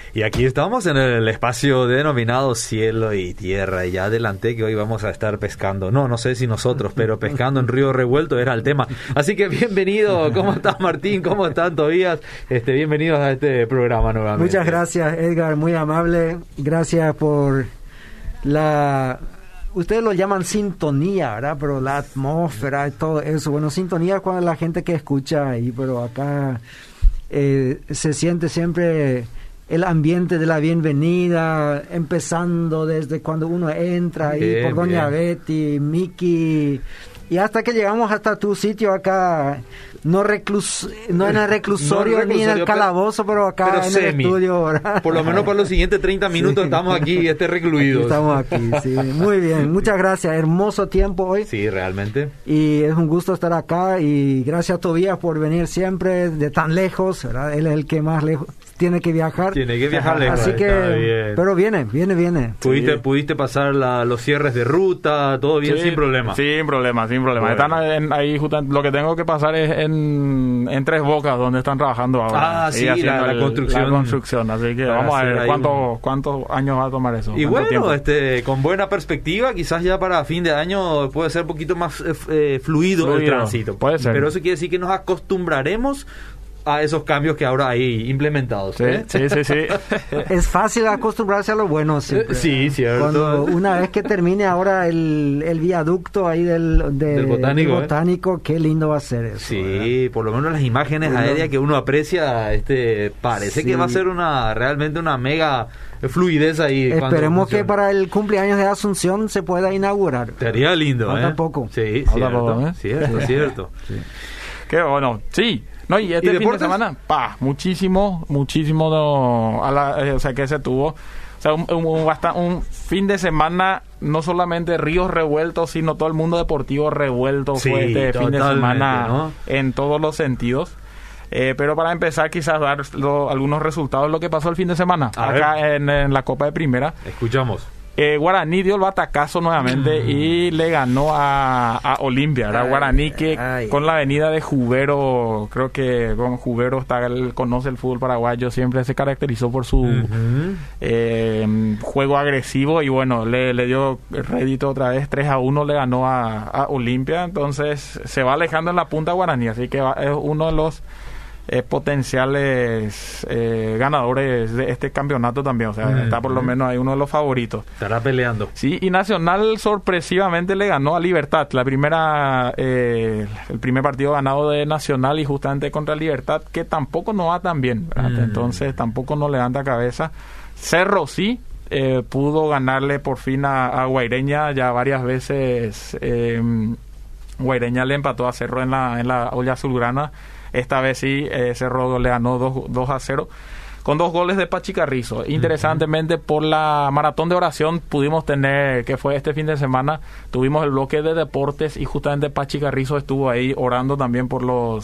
Y aquí estamos en el espacio denominado Cielo y Tierra. Y ya adelanté que hoy vamos a estar pescando. No sé si nosotros, pero pescando en Río Revuelto era el tema. Así que bienvenido. ¿Cómo estás, Martín? ¿Cómo estás, Tobías? Bienvenidos a este programa nuevamente. Muchas gracias, Edgar. Muy amable. Gracias por ustedes lo llaman sintonía, ¿verdad? Pero la atmósfera y todo eso. Bueno, sintonía es cuando la gente que escucha ahí, pero acá se siente siempre el ambiente de la bienvenida, empezando desde cuando uno entra ahí por Doña Betty, Miki, y hasta que llegamos hasta tu sitio acá, no en el reclusorio ni en el calabozo, pero acá en el estudio, ¿verdad? Por lo menos para los siguientes 30 minutos estamos aquí recluidos. Estamos aquí, sí. Muy bien, muchas gracias. Hermoso tiempo hoy. Sí, realmente. Y es un gusto estar acá, y gracias a Tobías por venir siempre de tan lejos, ¿verdad? Él es el que más lejos tiene que viajar. Tiene que viajar lejos. Así que, pero viene. ¿Pudiste pasar los cierres de ruta, todo bien, sin problema? Sin problema. Bueno. Están ahí, justamente, lo que tengo que pasar es en Tres Bocas, donde están trabajando ahora. Sí, la construcción. La construcción, así que vamos a ver cuántos años va a tomar eso. Y bueno, tiempo. Con buena perspectiva, quizás ya para fin de año puede ser un poquito más fluido el tránsito. Puede ser. Pero eso quiere decir que nos acostumbraremos a esos cambios que ahora hay implementados. Sí. Es fácil acostumbrarse a lo bueno siempre. Sí, cierto. Cuando una vez que termine ahora el viaducto ahí del botánico, qué lindo va a ser eso. Sí, ¿verdad? Por lo menos las imágenes aéreas que uno aprecia, parece que va a ser realmente una mega fluidez ahí. Esperemos que para el cumpleaños de Asunción se pueda inaugurar. Sería lindo, Tampoco. Sí, cierto. Sí. Qué bueno, sí. No, y fin de semana, muchísimo que se tuvo. O sea, un fin de semana, no solamente ríos revueltos, sino todo el mundo deportivo revuelto fue este fin de semana, ¿no? En todos los sentidos. Pero para empezar, quizás dar algunos resultados de lo que pasó el fin de semana acá en la Copa de Primera. Escuchamos. Guaraní dio el batacazo nuevamente y le ganó a Olimpia. Era Guaraní que con la venida de Jubero, creo que con Jubero conoce el fútbol paraguayo, siempre se caracterizó por su juego agresivo, y bueno, le dio rédito otra vez. 3-1 le ganó a Olimpia, entonces se va alejando en la punta Guaraní, así que es uno de los potenciales ganadores de este campeonato también, o sea, está por lo menos ahí uno de los favoritos. Estará peleando. Sí, y Nacional sorpresivamente le ganó a Libertad, el primer partido ganado de Nacional, y justamente contra Libertad, que tampoco no va tan bien, entonces tampoco no levanta cabeza. Cerro sí pudo ganarle por fin a Guaireña, ya varias veces Guaireña le empató a Cerro en la olla azulgrana. Esta vez sí, Cerro le ganó 2-0 con 2 goles de Pachi Carrizo. Interesantemente, por la maratón de oración pudimos tener, que fue este fin de semana, tuvimos el bloque de deportes, y justamente Pachi Carrizo estuvo ahí orando también por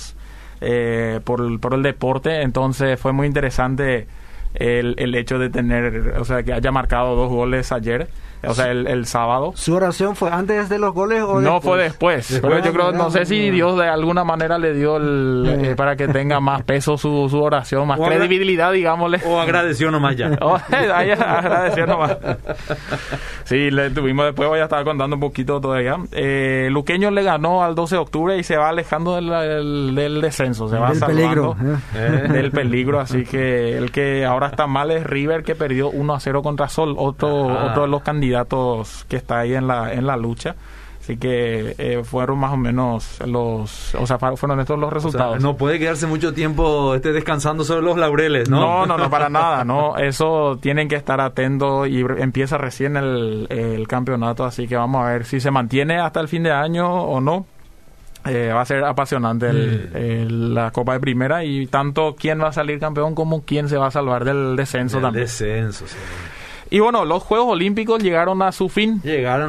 el deporte. Entonces fue muy interesante el hecho de tener, o sea, que haya marcado 2 goles ayer. O sea, el sábado. ¿Su oración fue antes de los goles o después? No, fue después. Pero yo creo, no sé si Dios de alguna manera le dio para que tenga más peso su oración, más credibilidad, digámosle. O agradeció nomás ya. Agradeció nomás. Sí, le tuvimos después, voy a estar contando un poquito todavía. Luqueño le ganó al 12 de octubre y se va alejando del descenso. Se va salvando del peligro. Así que el que ahora está mal es River, que perdió 1-0 contra Sol. Otro de los candidatos que está ahí en la lucha. Así que fueron más o menos fueron estos los resultados. O sea, no puede quedarse mucho tiempo descansando sobre los laureles, ¿no? No, para nada, no. Eso tienen que estar atentos, y empieza recién el campeonato, así que vamos a ver si se mantiene hasta el fin de año o no. Va a ser apasionante la Copa de Primera, y tanto quién va a salir campeón como quién se va a salvar del descenso también. Descenso, sí. Y bueno, los Juegos Olímpicos llegaron a su fin.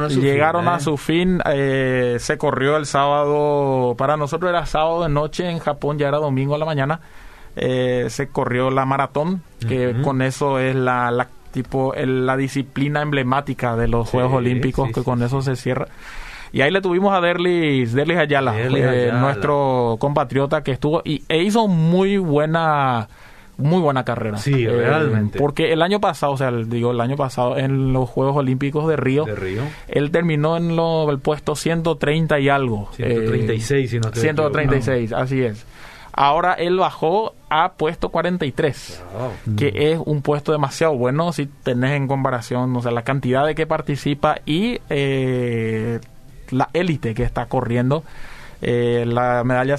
Se corrió el sábado. Para nosotros era sábado de noche, en Japón ya era domingo a la mañana. Se corrió la maratón, que con eso es la disciplina emblemática de los Juegos Olímpicos, que con eso se cierra. Y ahí le tuvimos a Derlis Ayala, nuestro compatriota, que estuvo e hizo muy buena muy buena carrera. Sí, realmente. Porque el año pasado, en los Juegos Olímpicos de Río, él terminó en el puesto 130 y algo. 136, si no te 136, así es. Ahora él bajó a puesto 43, que es un puesto demasiado bueno si tenés en comparación, o sea, la cantidad de que participa y la élite que está corriendo. La medalla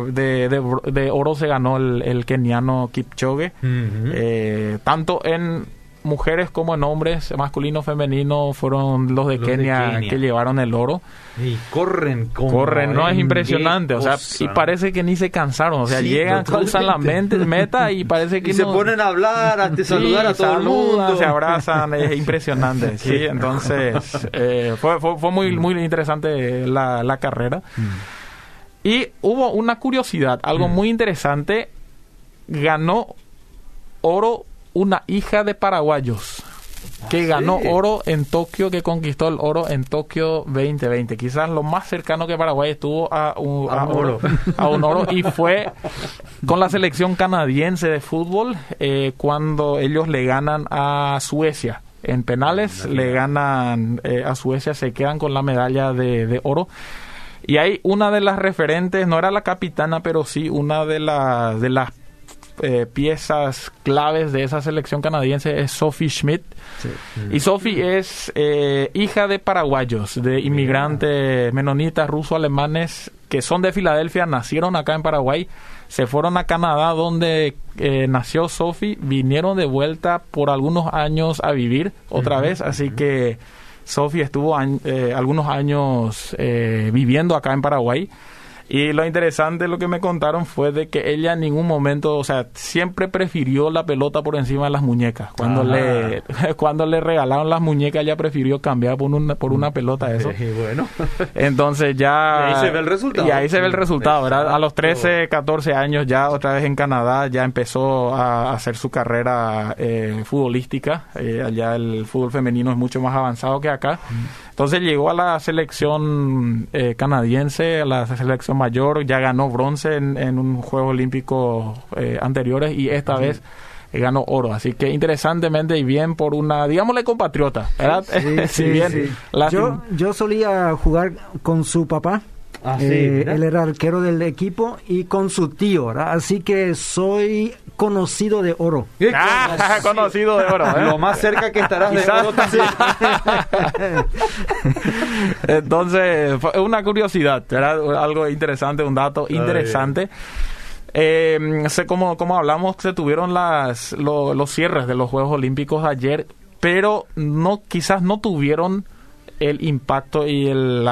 de oro se ganó el keniano Kipchoge, tanto en mujeres como en hombres, masculino, femenino, fueron los de Kenia que llevaron el oro. Y corren, no, es impresionante, o sea, y parece que ni se cansaron, o sea, llegan, cruzan la meta y parece que se ponen a hablar, a saludar a todo el mundo, se abrazan, es impresionante, sí, entonces fue muy interesante la carrera. Y hubo una curiosidad, algo muy interesante, ganó oro una hija de paraguayos que ganó oro en Tokio, que conquistó el oro en Tokio 2020. Quizás lo más cercano que Paraguay estuvo a un oro, y fue con la selección canadiense de fútbol cuando ellos le ganan a Suecia. En penales le ganan a Suecia, se quedan con la medalla de oro. Y hay una de las referentes, no era la capitana, pero sí una de las piezas claves de esa selección canadiense es Sophie Schmidt. Sí. Y Sophie es hija de paraguayos, de inmigrantes menonitas, ruso-alemanes, que son de Filadelfia, nacieron acá en Paraguay, se fueron a Canadá donde nació Sophie, vinieron de vuelta por algunos años a vivir otra vez, así que Sophie estuvo algunos años viviendo acá en Paraguay. Y lo interesante, lo que me contaron fue de que ella en ningún momento, o sea, siempre prefirió la pelota por encima de las muñecas. Cuando le regalaron las muñecas, ella prefirió cambiar por una pelota, eso. Sí, bueno. Entonces ya... Y ahí se ve el resultado. Y ahí se ve el resultado, ¿verdad? A los 13, 14 años ya otra vez en Canadá ya empezó a hacer su carrera futbolística. Allá el fútbol femenino es mucho más avanzado que acá. Entonces llegó a la selección canadiense, a la selección mayor, ya ganó bronce en un Juegos Olímpicos anteriores y esta vez ganó oro. Así que interesantemente y bien por una, digámosle, compatriota, ¿verdad? Sí. Yo solía jugar con su papá. Él era arquero del equipo y con su tío, ¿verdad? Así que soy conocido de oro. Conocido de oro, ¿eh? Lo más cerca que estarás de oro también. Entonces, fue una curiosidad, ¿verdad? Algo interesante, un dato interesante. Como hablamos, se tuvieron los cierres de los Juegos Olímpicos ayer, pero quizás no tuvieron el impacto y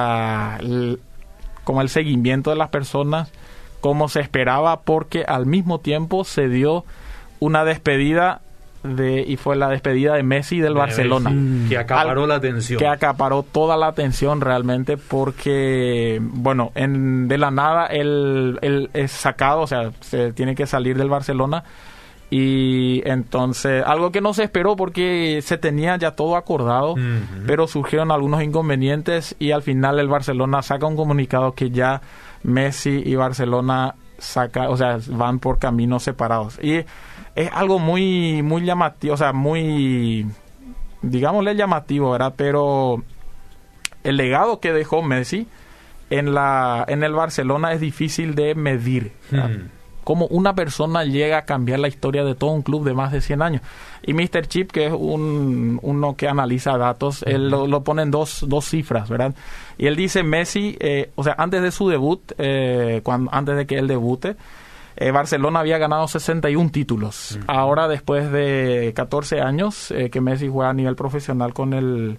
como el seguimiento de las personas como se esperaba, porque al mismo tiempo se dio una despedida y fue la despedida de Messi del Barcelona. Que acaparó la atención. Que acaparó toda la atención realmente, porque, bueno, de la nada él es sacado, o sea, se tiene que salir del Barcelona. Y entonces, algo que no se esperó porque se tenía ya todo acordado, pero surgieron algunos inconvenientes y al final el Barcelona saca un comunicado que ya Messi y Barcelona van por caminos separados. Y es algo muy llamativo, o sea, muy, digámosle, llamativo, ¿verdad? Pero el legado que dejó Messi en el Barcelona es difícil de medir, cómo una persona llega a cambiar la historia de todo un club de más de 100 años. Y Mr. Chip, que es uno que analiza datos, él lo pone en dos cifras, ¿verdad? Y él dice, Messi, o sea, antes de su debut, antes de que él debute, Barcelona había ganado 61 títulos. Ahora, después de 14 años que Messi juega a nivel profesional con el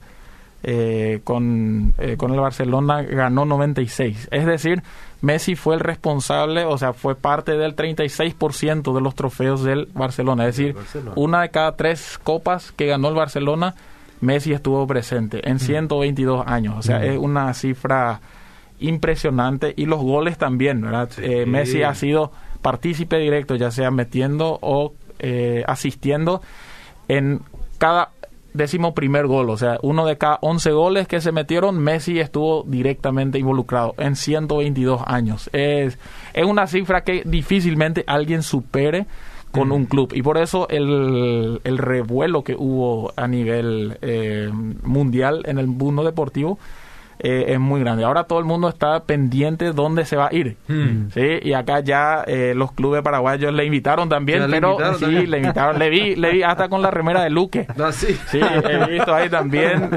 Barcelona, ganó 96. Es decir, Messi fue el responsable, o sea, fue parte del 36% de los trofeos del Barcelona. Es decir, una de cada 3 copas que ganó el Barcelona, Messi estuvo presente en 122 años. O sea, es una cifra impresionante. Y los goles también, ¿verdad? Sí. Messi ha sido partícipe directo, ya sea metiendo o asistiendo en cada 11º gol, o sea, uno de cada 11 goles que se metieron, Messi estuvo directamente involucrado en 122 años. Es una cifra que difícilmente alguien supere con un club. Y por eso el revuelo que hubo a nivel mundial en el mundo deportivo es muy grande. Ahora todo el mundo está pendiente de dónde se va a ir. ¿Sí? Y acá ya los clubes paraguayos le invitaron también, le invitaron. Le vi hasta con la remera de Luque. Sí, he visto ahí también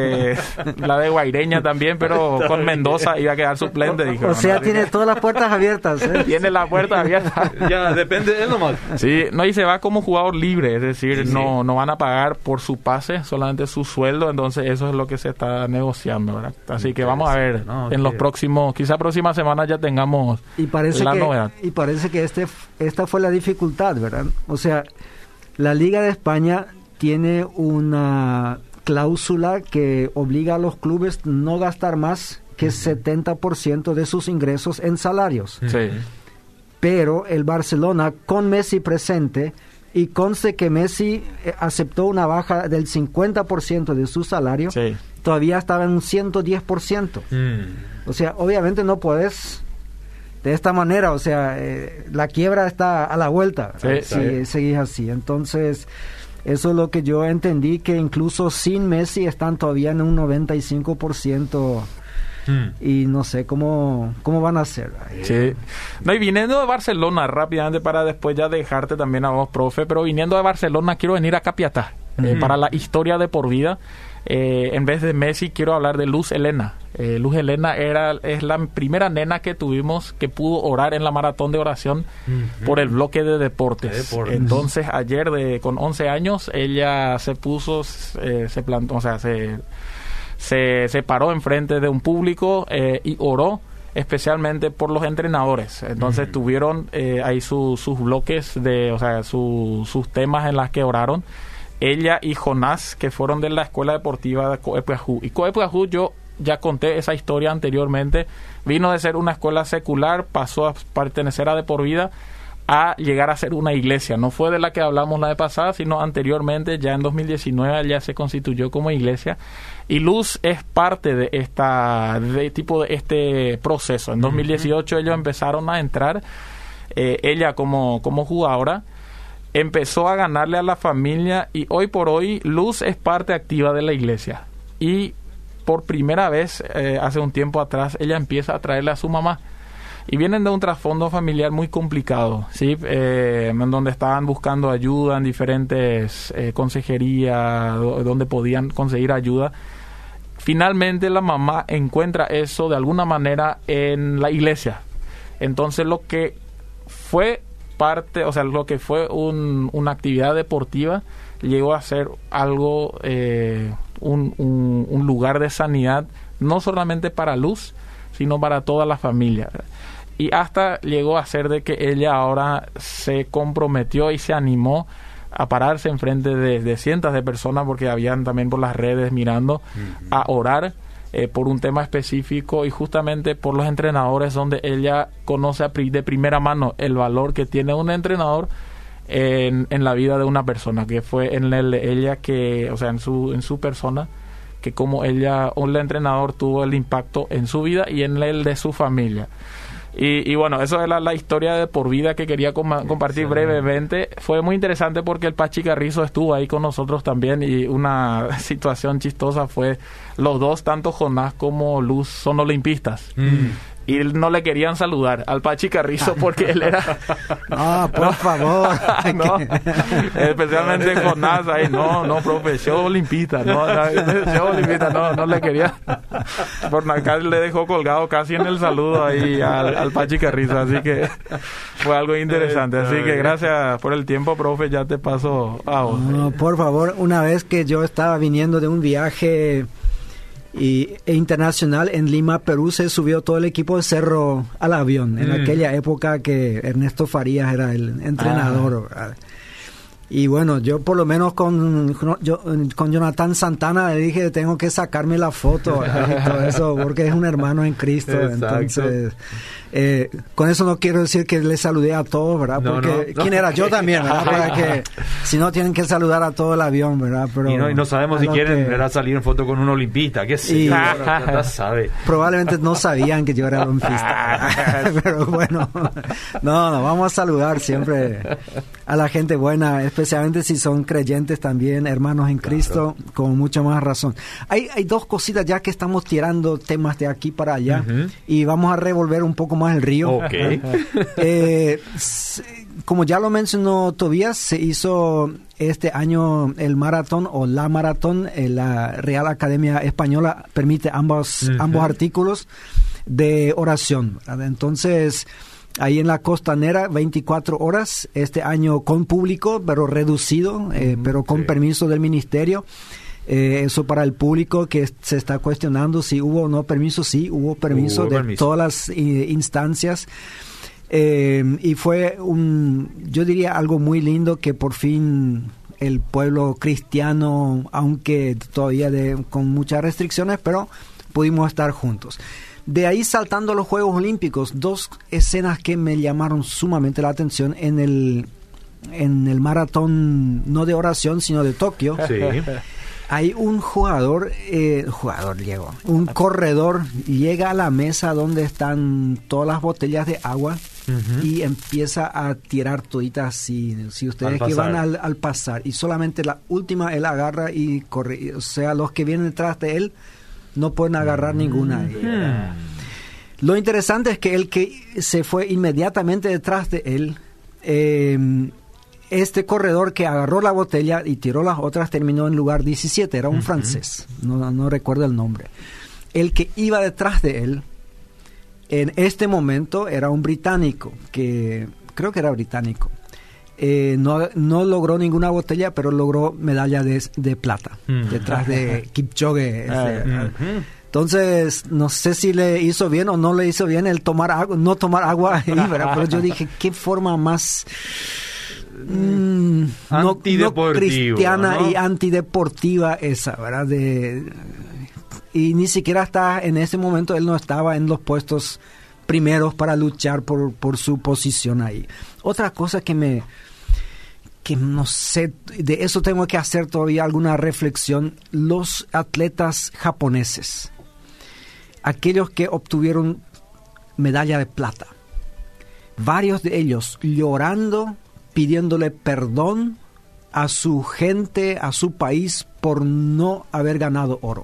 la de Guaireña también, pero con Mendoza iba a quedar suplente. Dijo, tiene todas las puertas abiertas. Tiene las puertas abiertas. Ya, depende de él nomás. Sí, y se va como jugador libre, es decir, no van a pagar por su pase, solamente su sueldo, entonces eso es lo que se está negociando, ¿verdad? Así que vamos a ver en los próximos, quizá próxima semana ya tengamos novedad. Y parece que esta fue la dificultad, ¿verdad? O sea, la Liga de España tiene una cláusula que obliga a los clubes no gastar más que 70% de sus ingresos en salarios. Sí. Pero el Barcelona, con Messi presente, y conste que Messi aceptó una baja del 50% de su salario, todavía estaba en un 110%. O sea, obviamente no podés de esta manera, o sea, la quiebra está a la vuelta si seguís así. Entonces, eso es lo que yo entendí, que incluso sin Messi están todavía en un 95%. Y no sé cómo van a hacer. Sí. Y viniendo de Barcelona, rápidamente para después ya dejarte también a vos, profe, pero viniendo de Barcelona quiero venir a Capiatá para la historia de por vida. En vez de Messi quiero hablar de Luz Helena. Luz Helena es la primera nena que tuvimos que pudo orar en la maratón de oración por el bloque de deportes. Entonces ayer con 11 años ella se puso, se plantó, o sea, se paró enfrente de un público y oró especialmente por los entrenadores. Entonces tuvieron ahí sus bloques sus temas en las que oraron. Ella y Jonás, que fueron de la escuela deportiva de Coepuajú. Y Coepuajú, yo ya conté esa historia anteriormente, vino de ser una escuela secular, pasó a pertenecer a De Por Vida, a llegar a ser una iglesia. No fue de la que hablamos la vez pasada, sino anteriormente, ya en 2019 ya se constituyó como iglesia. Y Luz es parte de este proceso. En 2018 ellos empezaron a entrar, ella como jugadora, empezó a ganarle a la familia y hoy por hoy Luz es parte activa de la iglesia. Y por primera vez, hace un tiempo atrás, ella empieza a traerle a su mamá. Y vienen de un trasfondo familiar muy complicado, ¿sí? En donde estaban buscando ayuda en diferentes consejerías, donde podían conseguir ayuda. Finalmente la mamá encuentra eso de alguna manera en la iglesia. Entonces lo que fue una actividad deportiva llegó a ser algo, un lugar de sanidad, no solamente para Luz, sino para toda la familia. Y hasta llegó a ser de que ella ahora se comprometió y se animó a pararse enfrente de cientos de personas, porque habían también por las redes mirando, a orar por un tema específico y justamente por los entrenadores, donde ella conoce de primera mano el valor que tiene un entrenador en la vida de una persona, que fue en ella que, o sea, en su persona, que como ella, el entrenador tuvo el impacto en su vida y en el de su familia. Y bueno, eso es la historia de por vida que quería compartir brevemente. Fue muy interesante porque el Pachi Carrizo estuvo ahí con nosotros también, y una situación chistosa fue los dos, tanto Jonás como Luz, son olimpistas. Y no le querían saludar al Pachi Carrizo porque él era... por favor. Especialmente Jonás ahí, no, profe, yo olimpista, no le quería. Por acá le dejó colgado casi en el saludo ahí al Pachi Carrizo, así que fue algo interesante. Así que gracias por el tiempo, profe, ya te paso a vos. No, por favor, una vez que yo estaba viniendo de un viaje internacional en Lima, Perú, se subió todo el equipo de Cerro al avión, en aquella época que Ernesto Farías era el entrenador. Y bueno, yo por lo menos con Jonathan Santana le dije, tengo que sacarme la foto y todo eso, porque es un hermano en Cristo. Entonces Con eso no quiero decir que les saludé a todos, ¿verdad? Porque ¿quién era? Yo también, ¿verdad? Para que, si no, tienen que saludar a todo el avión, ¿verdad? Pero y no sabemos si quieren salir en foto con un olimpista, qué sé yo, no sabe. Probablemente no sabían que yo era olimpista, pero bueno, no, vamos a saludar siempre a la gente buena, especialmente si son creyentes también, hermanos en Cristo, con mucha más razón. Hay dos cositas ya que estamos tirando temas de aquí para allá, y vamos a revolver un poco más el río. Okay. Como ya lo mencionó Tobías, se hizo este año el maratón o la maratón. La Real Academia Española permite ambos artículos de oración, ¿verdad? Entonces, ahí en la Costanera, 24 horas, este año con público, pero reducido, pero con permiso del ministerio. Eso para el público que se está cuestionando si hubo o no permiso. Sí, hubo permiso de todas las instancias. Y fue yo diría algo muy lindo que por fin el pueblo cristiano, aunque todavía con muchas restricciones, pero pudimos estar juntos. De ahí, saltando a los Juegos Olímpicos, dos escenas que me llamaron sumamente la atención en el maratón, no de oración, sino de Tokio. Sí. Hay un un corredor, llega a la mesa donde están todas las botellas de agua y empieza a tirar toditas así. Si ustedes que van al pasar, y solamente la última él agarra y corre. O sea, los que vienen detrás de él no pueden agarrar ninguna. Lo interesante es que el que se fue inmediatamente detrás de él, este corredor que agarró la botella y tiró las otras terminó en lugar 17, era un francés, no recuerdo el nombre. El que iba detrás de él en este momento era un británico, que creo que era británico. No logró ninguna botella, pero logró medalla de plata detrás de Kipchoge. Entonces, no sé si le hizo bien o no le hizo bien el no tomar agua ahí, ¿verdad? Pero yo dije, qué forma más no cristiana, ¿no? Y antideportiva esa, ¿verdad? Y ni siquiera en ese momento él no estaba en los puestos primeros para luchar por su posición ahí. Otra cosa que no sé, de eso tengo que hacer todavía alguna reflexión, los atletas japoneses, aquellos que obtuvieron medalla de plata, varios de ellos llorando, pidiéndole perdón a su gente, a su país, por no haber ganado oro.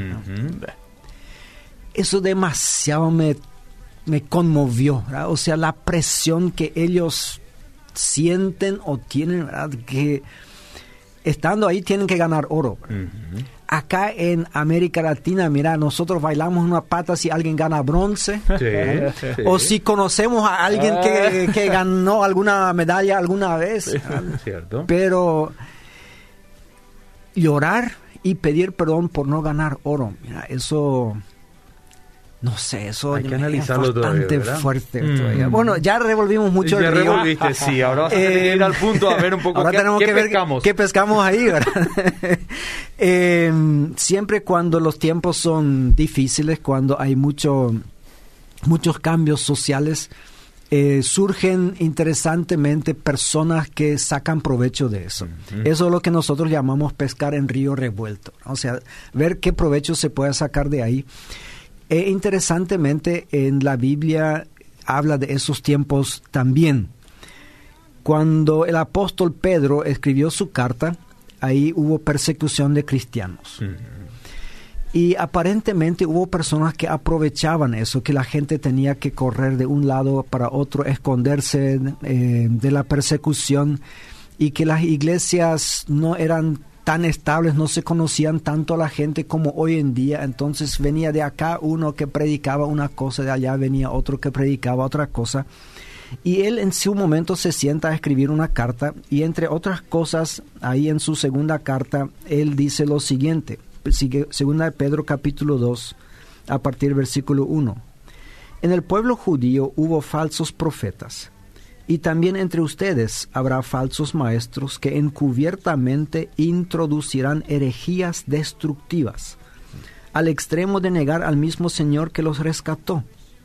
Eso demasiado me conmovió, ¿verdad? O sea, la presión que ellos sienten o tienen, ¿verdad? Que estando ahí tienen que ganar oro. Acá en América Latina, mira, nosotros bailamos una pata si alguien gana bronce. Sí. O si conocemos a alguien que ganó alguna medalla alguna vez. Cierto. Pero llorar y pedir perdón por no ganar oro, mira, eso... No sé, eso hay que analizarlo bastante todavía, fuerte todavía. Bueno, ya revolvimos mucho el río. Ya revolviste, sí. Ahora vas a tener que ir al punto a ver un poco qué pescamos. ¿Qué pescamos ahí, verdad? Siempre cuando los tiempos son difíciles, cuando hay muchos cambios sociales, surgen interesantemente personas que sacan provecho de eso. Eso es lo que nosotros llamamos pescar en río revuelto. O sea, ver qué provecho se puede sacar de ahí. Interesantemente, en la Biblia habla de esos tiempos también. Cuando el apóstol Pedro escribió su carta, ahí hubo persecución de cristianos. Y aparentemente hubo personas que aprovechaban eso, que la gente tenía que correr de un lado para otro, esconderse de la persecución, y que las iglesias no eran tan estables, no se conocían tanto a la gente como hoy en día. Entonces venía de acá uno que predicaba una cosa, de allá venía otro que predicaba otra cosa. Y él en su momento se sienta a escribir una carta, y entre otras cosas, ahí en su segunda carta, él dice lo siguiente, segunda de Pedro capítulo 2, a partir del versículo 1. En el pueblo judío hubo falsos profetas, y también entre ustedes habrá falsos maestros que encubiertamente introducirán herejías destructivas, al extremo de negar al mismo Señor que los rescató,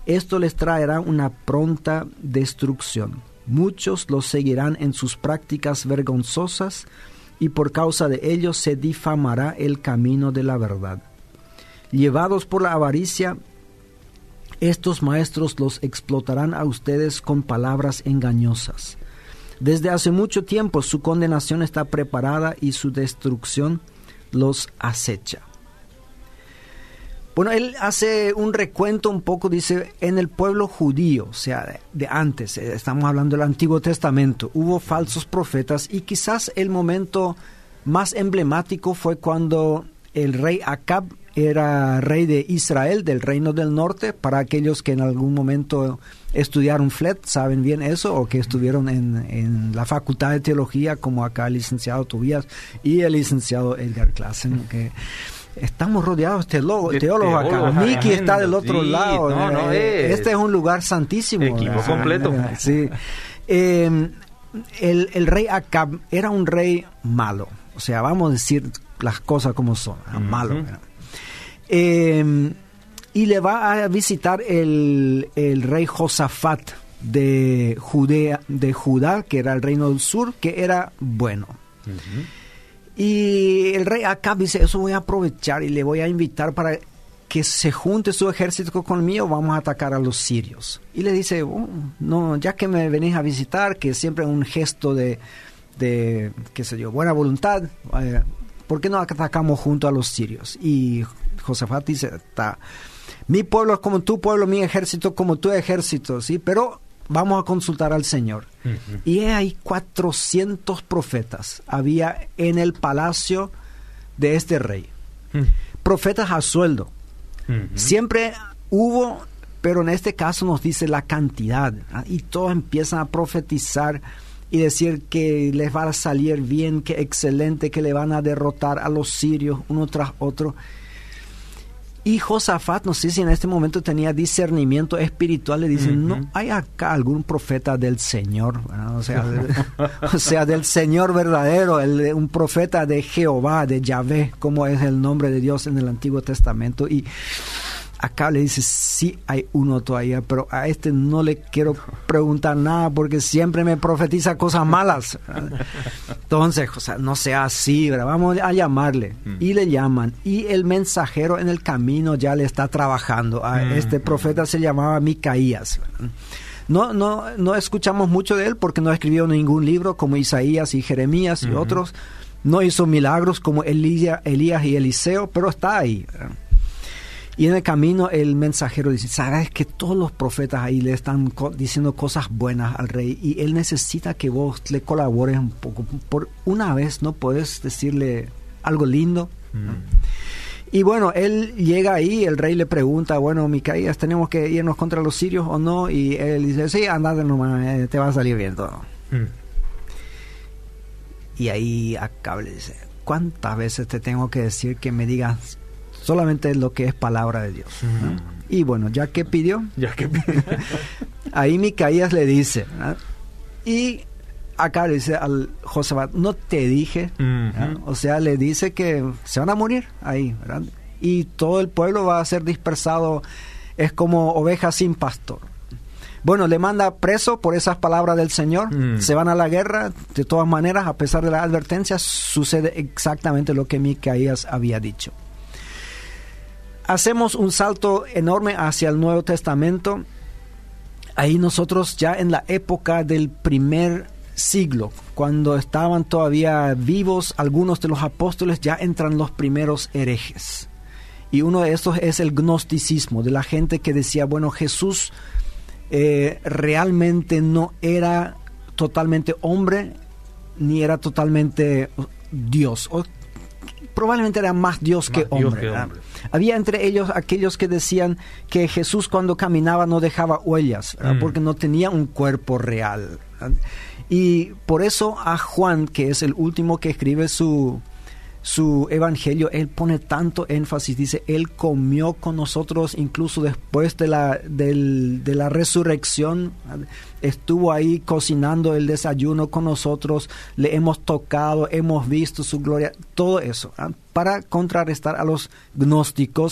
esto les traerá una pronta destrucción. Muchos los seguirán en sus prácticas vergonzosas, y por causa de ellos se difamará el camino de la verdad. Llevados por la avaricia, estos maestros los explotarán a ustedes con palabras engañosas. Desde hace mucho tiempo su condenación está preparada y su destrucción los acecha. Bueno, él hace un recuento un poco, dice, en el pueblo judío, o sea, de antes, estamos hablando del Antiguo Testamento, hubo falsos profetas, y quizás el momento más emblemático fue cuando el rey Acab era rey de Israel, del reino del norte. Para aquellos que en algún momento estudiaron FLET, saben bien eso, o que estuvieron en la facultad de teología, como acá el licenciado Tobías y el licenciado Edgar Klassen, que estamos rodeados de teólogos acá. Miki está del otro lado. Este es un lugar santísimo. Equipo completo. Sí. El rey Acab era un rey malo. O sea, vamos a decir las cosas como son. Malo. Y le va a visitar el rey Josafat de Judá, que era el reino del sur, que era bueno. Y el rey Acab dice, eso voy a aprovechar y le voy a invitar para que se junte su ejército conmigo, vamos a atacar a los sirios. Y le dice, no, ya que me venís a visitar, que siempre es un gesto de qué sé yo, buena voluntad, ¿por qué no atacamos junto a los sirios? Y Josafat dice, mi pueblo es como tu pueblo, mi ejército como tu ejército, ¿sí? Pero vamos a consultar al Señor. Y hay 400 profetas había en el palacio de este rey. Profetas a sueldo. Siempre hubo, pero en este caso nos dice la cantidad. Y todos empiezan a profetizar y decir que les va a salir bien, que excelente, que le van a derrotar a los sirios uno tras otro. Y Josafat, no sé si en este momento tenía discernimiento espiritual, le dice, no hay acá algún profeta del Señor, ¿verdad? O sea, del Señor verdadero, un profeta de Jehová, de Yahvé, como es el nombre de Dios en el Antiguo Testamento. Y acá le dice, sí hay uno todavía, pero a este no le quiero preguntar nada porque siempre me profetiza cosas malas. Entonces, o sea, no sea así, ¿verdad? Vamos a llamarle. Y le llaman. Y el mensajero en el camino ya le está trabajando. Este profeta se llamaba Micaías. No escuchamos mucho de él porque no escribió ningún libro como Isaías y Jeremías y otros. No hizo milagros como Elías y Eliseo, pero está ahí, ¿verdad? Y en el camino el mensajero dice, sabes que todos los profetas ahí le están diciendo cosas buenas al rey y él necesita que vos le colabores un poco. Por una vez, ¿no puedes decirle algo lindo? Y bueno, él llega ahí, el rey le pregunta, bueno, Micaías, ¿tenemos que irnos contra los sirios o no? Y él dice, sí, andate nomás, te va a salir bien todo. Y ahí Acab le dice, ¿cuántas veces te tengo que decir que me digas solamente lo que es palabra de Dios? ¿No? Y bueno, ya que pidió, ahí Micaías le dice, ¿no? Y acá le dice al Josafat, no te dije, o sea, le dice que se van a morir ahí, ¿verdad? Y todo el pueblo va a ser dispersado, es como ovejas sin pastor. Bueno, le manda preso por esas palabras del Señor, se van a la guerra, de todas maneras, a pesar de las advertencias, sucede exactamente lo que Micaías había dicho. Hacemos un salto enorme hacia el Nuevo Testamento. Ahí nosotros ya en la época del primer siglo, cuando estaban todavía vivos algunos de los apóstoles, ya entran los primeros herejes. Y uno de estos es el gnosticismo, de la gente que decía, bueno, Jesús realmente no era totalmente hombre, ni era totalmente Dios, o probablemente era más Dios que hombre. Había entre ellos aquellos que decían que Jesús cuando caminaba no dejaba huellas, porque no tenía un cuerpo real, ¿verdad? Y por eso a Juan, que es el último que escribe su evangelio, él pone tanto énfasis, dice, él comió con nosotros incluso después de la resurrección, estuvo ahí cocinando el desayuno con nosotros, le hemos tocado, hemos visto su gloria, todo eso, ¿verdad? Para contrarrestar a los gnósticos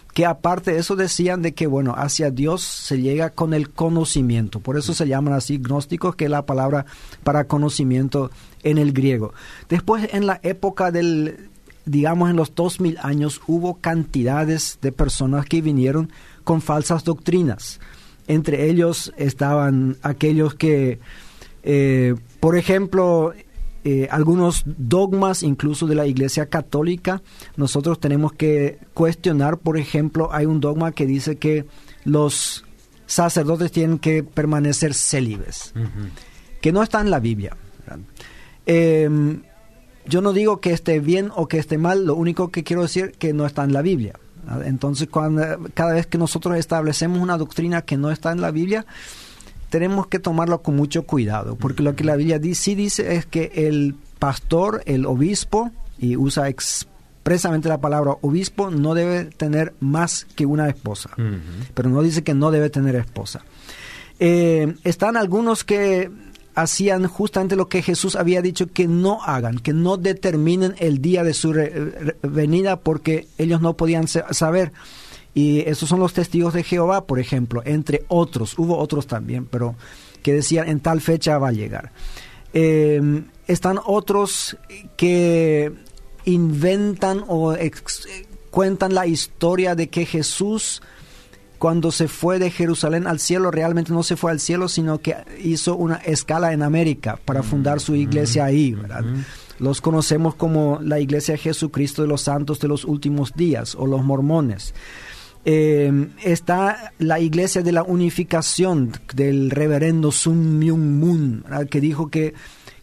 que aparte de eso decían de que, bueno, hacia Dios se llega con el conocimiento. Por eso se llaman así gnósticos, que es la palabra para conocimiento en el griego. Después, en la época digamos en los 2000 años, hubo cantidades de personas que vinieron con falsas doctrinas. Entre ellos estaban aquellos que, por ejemplo, algunos dogmas incluso de la Iglesia Católica, nosotros tenemos que cuestionar. Por ejemplo, hay un dogma que dice que los sacerdotes tienen que permanecer célibes, que no está en la Biblia. Yo no digo que esté bien o que esté mal, lo único que quiero decir es que no está en la Biblia. Entonces, cada vez que nosotros establecemos una doctrina que no está en la Biblia, tenemos que tomarlo con mucho cuidado, porque lo que la Biblia sí dice es que el pastor, el obispo, y usa expresamente la palabra obispo, no debe tener más que una esposa, pero no dice que no debe tener esposa. Están algunos que hacían justamente lo que Jesús había dicho que no hagan, que no determinen el día de su venida, porque ellos no podían saber. Y esos son los testigos de Jehová, por ejemplo, entre otros. Hubo otros también, pero que decían en tal fecha va a llegar. Están otros que inventan o cuentan la historia de que Jesús, cuando se fue de Jerusalén al cielo, realmente no se fue al cielo, sino que hizo una escala en América para fundar su iglesia ahí, ¿verdad? Los conocemos como la Iglesia de Jesucristo de los Santos de los Últimos Días, o los mormones. Está la Iglesia de la Unificación del reverendo Sun Myung Moon, ¿verdad? Que dijo que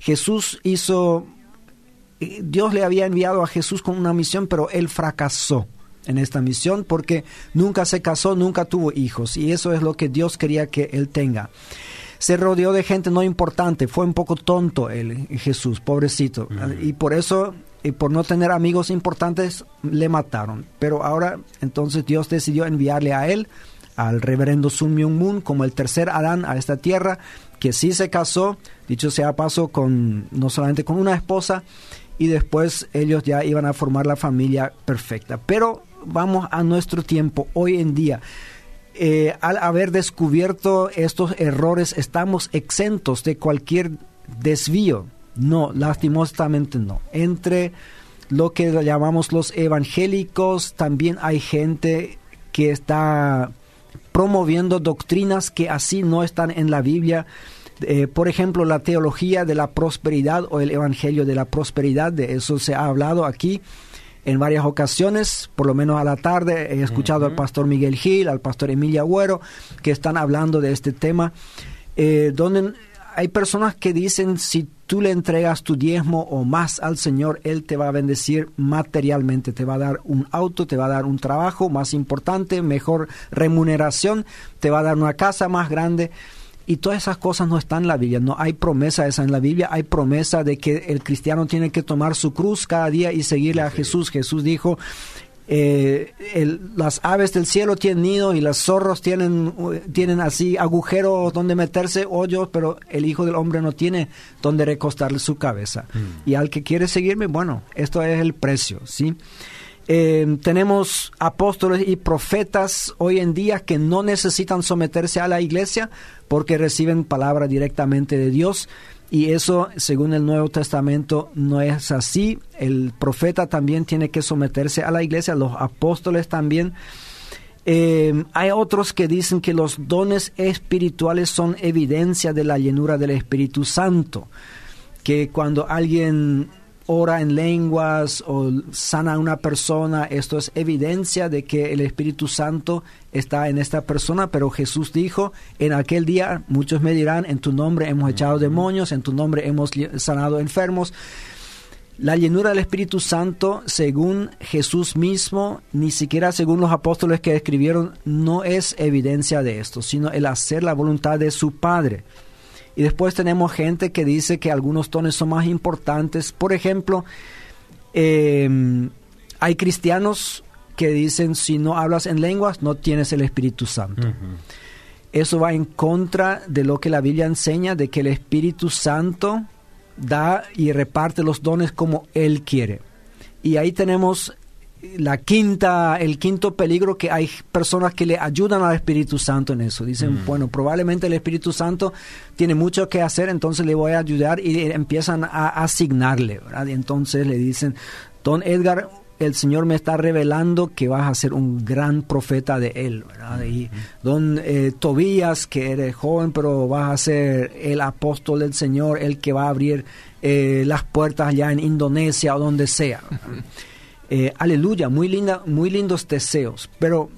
Dios le había enviado a Jesús con una misión, pero él fracasó en esta misión porque nunca se casó, nunca tuvo hijos, y eso es lo que Dios quería que él tenga. Se rodeó de gente no importante, fue un poco tonto Jesús, pobrecito, y por eso, y por no tener amigos importantes, le mataron. Pero ahora, entonces Dios decidió enviarle a él, al reverendo Sun Myung Moon, como el tercer Adán a esta tierra, que sí se casó, dicho sea paso, no solamente con una esposa, y después ellos ya iban a formar la familia perfecta. Pero vamos a nuestro tiempo, hoy en día. Al haber descubierto estos errores, ¿estamos exentos de cualquier desvío? No, lastimosamente no. Entre lo que llamamos los evangélicos, también hay gente que está promoviendo doctrinas que así no están en la Biblia. Por ejemplo, la teología de la prosperidad o el evangelio de la prosperidad, de eso se ha hablado aquí en varias ocasiones, por lo menos a la tarde he escuchado al pastor Miguel Gil, al pastor Emilio Agüero, que están hablando de este tema, donde hay personas que dicen, si tú le entregas tu diezmo o más al Señor, Él te va a bendecir materialmente, te va a dar un auto, te va a dar un trabajo más importante, mejor remuneración, te va a dar una casa más grande. Y todas esas cosas no están en la Biblia, no hay promesa esa en la Biblia, hay promesa de que el cristiano tiene que tomar su cruz cada día y seguirle a Jesús. Jesús dijo, las aves del cielo tienen nido y los zorros tienen así agujeros donde meterse, hoyos, pero el Hijo del Hombre no tiene donde recostarle su cabeza. Y al que quiere seguirme, bueno, esto es el precio, ¿sí? Tenemos apóstoles y profetas hoy en día que no necesitan someterse a la iglesia porque reciben palabra directamente de Dios, y eso, según el Nuevo Testamento, no es así. El profeta también tiene que someterse a la iglesia, los apóstoles también. Hay otros que dicen que los dones espirituales son evidencia de la llenura del Espíritu Santo, que cuando alguien ora en lenguas o sana a una persona, esto es evidencia de que el Espíritu Santo está en esta persona. Pero Jesús dijo, en aquel día muchos me dirán, en tu nombre hemos echado demonios, en tu nombre hemos sanado enfermos. La llenura del Espíritu Santo, según Jesús mismo, ni siquiera según los apóstoles que escribieron, no es evidencia de esto, sino el hacer la voluntad de su Padre. Y después tenemos gente que dice que algunos dones son más importantes. Por ejemplo, hay cristianos que dicen, si no hablas en lenguas, no tienes el Espíritu Santo. Eso va en contra de lo que la Biblia enseña, de que el Espíritu Santo da y reparte los dones como Él quiere. Y ahí tenemos el quinto peligro, que hay personas que le ayudan al Espíritu Santo en eso. Dicen, bueno, probablemente el Espíritu Santo tiene mucho que hacer, entonces le voy a ayudar, y empiezan a asignarle, ¿verdad? Y entonces le dicen, don Edgar, el Señor me está revelando que vas a ser un gran profeta de Él, ¿verdad? Y don Tobías, que eres joven, pero vas a ser el apóstol del Señor, el que va a abrir las puertas allá en Indonesia o donde sea. Aleluya, muy lindos deseos. Pero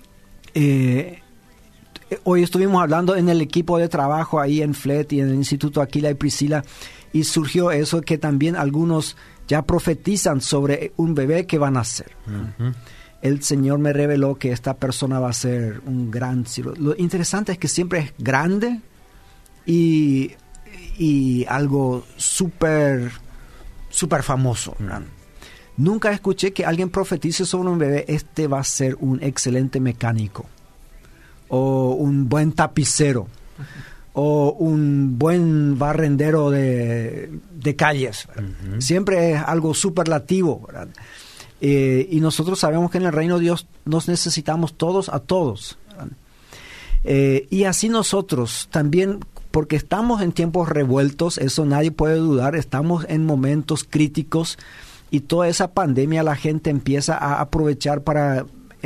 hoy estuvimos hablando en el equipo de trabajo ahí en FLET y en el Instituto Aquila y Priscila, y surgió eso, que también algunos ya profetizan sobre un bebé que van a nacer. El Señor me reveló que esta persona va a ser un gran siervo. Lo interesante es que siempre es grande y algo súper famoso, ¿verdad? Nunca escuché que alguien profetice sobre un bebé, este va a ser un excelente mecánico, o un buen tapicero, o un buen barrendero de calles. Siempre es algo superlativo, ¿verdad? Y nosotros sabemos que en el reino de Dios nos necesitamos todos a todos, ¿verdad? Y así nosotros también, porque estamos en tiempos revueltos, eso nadie puede dudar, estamos en momentos críticos, y toda esa pandemia la gente empieza a aprovechar para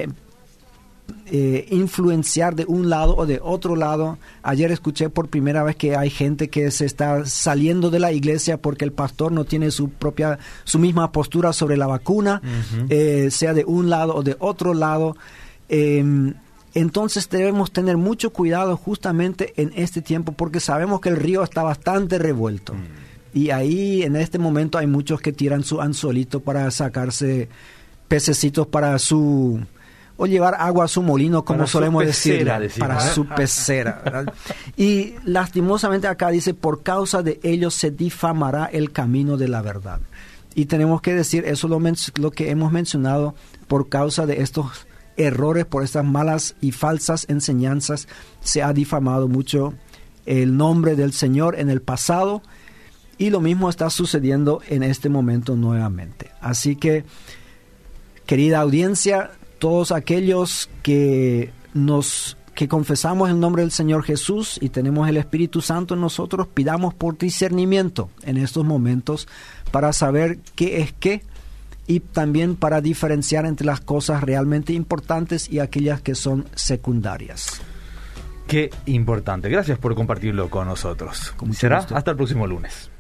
influenciar de un lado o de otro lado. Ayer escuché por primera vez que hay gente que se está saliendo de la iglesia porque el pastor no tiene su misma postura sobre la vacuna, sea de un lado o de otro lado. Entonces debemos tener mucho cuidado justamente en este tiempo, porque sabemos que el río está bastante revuelto. Y ahí en este momento hay muchos que tiran su anzuelito para sacarse pececitos para o llevar agua a su molino, como solemos decir, para su pecera, ¿verdad? Y lastimosamente acá dice, por causa de ellos se difamará el camino de la verdad. Y tenemos que decir, eso lo que hemos mencionado, por causa de estos errores, por estas malas y falsas enseñanzas, se ha difamado mucho el nombre del Señor en el pasado, y lo mismo está sucediendo en este momento nuevamente. Así que, querida audiencia, todos aquellos que confesamos el nombre del Señor Jesús y tenemos el Espíritu Santo en nosotros, pidamos por discernimiento en estos momentos para saber qué es qué, y también para diferenciar entre las cosas realmente importantes y aquellas que son secundarias. Qué importante. Gracias por compartirlo con nosotros. Será hasta el próximo lunes.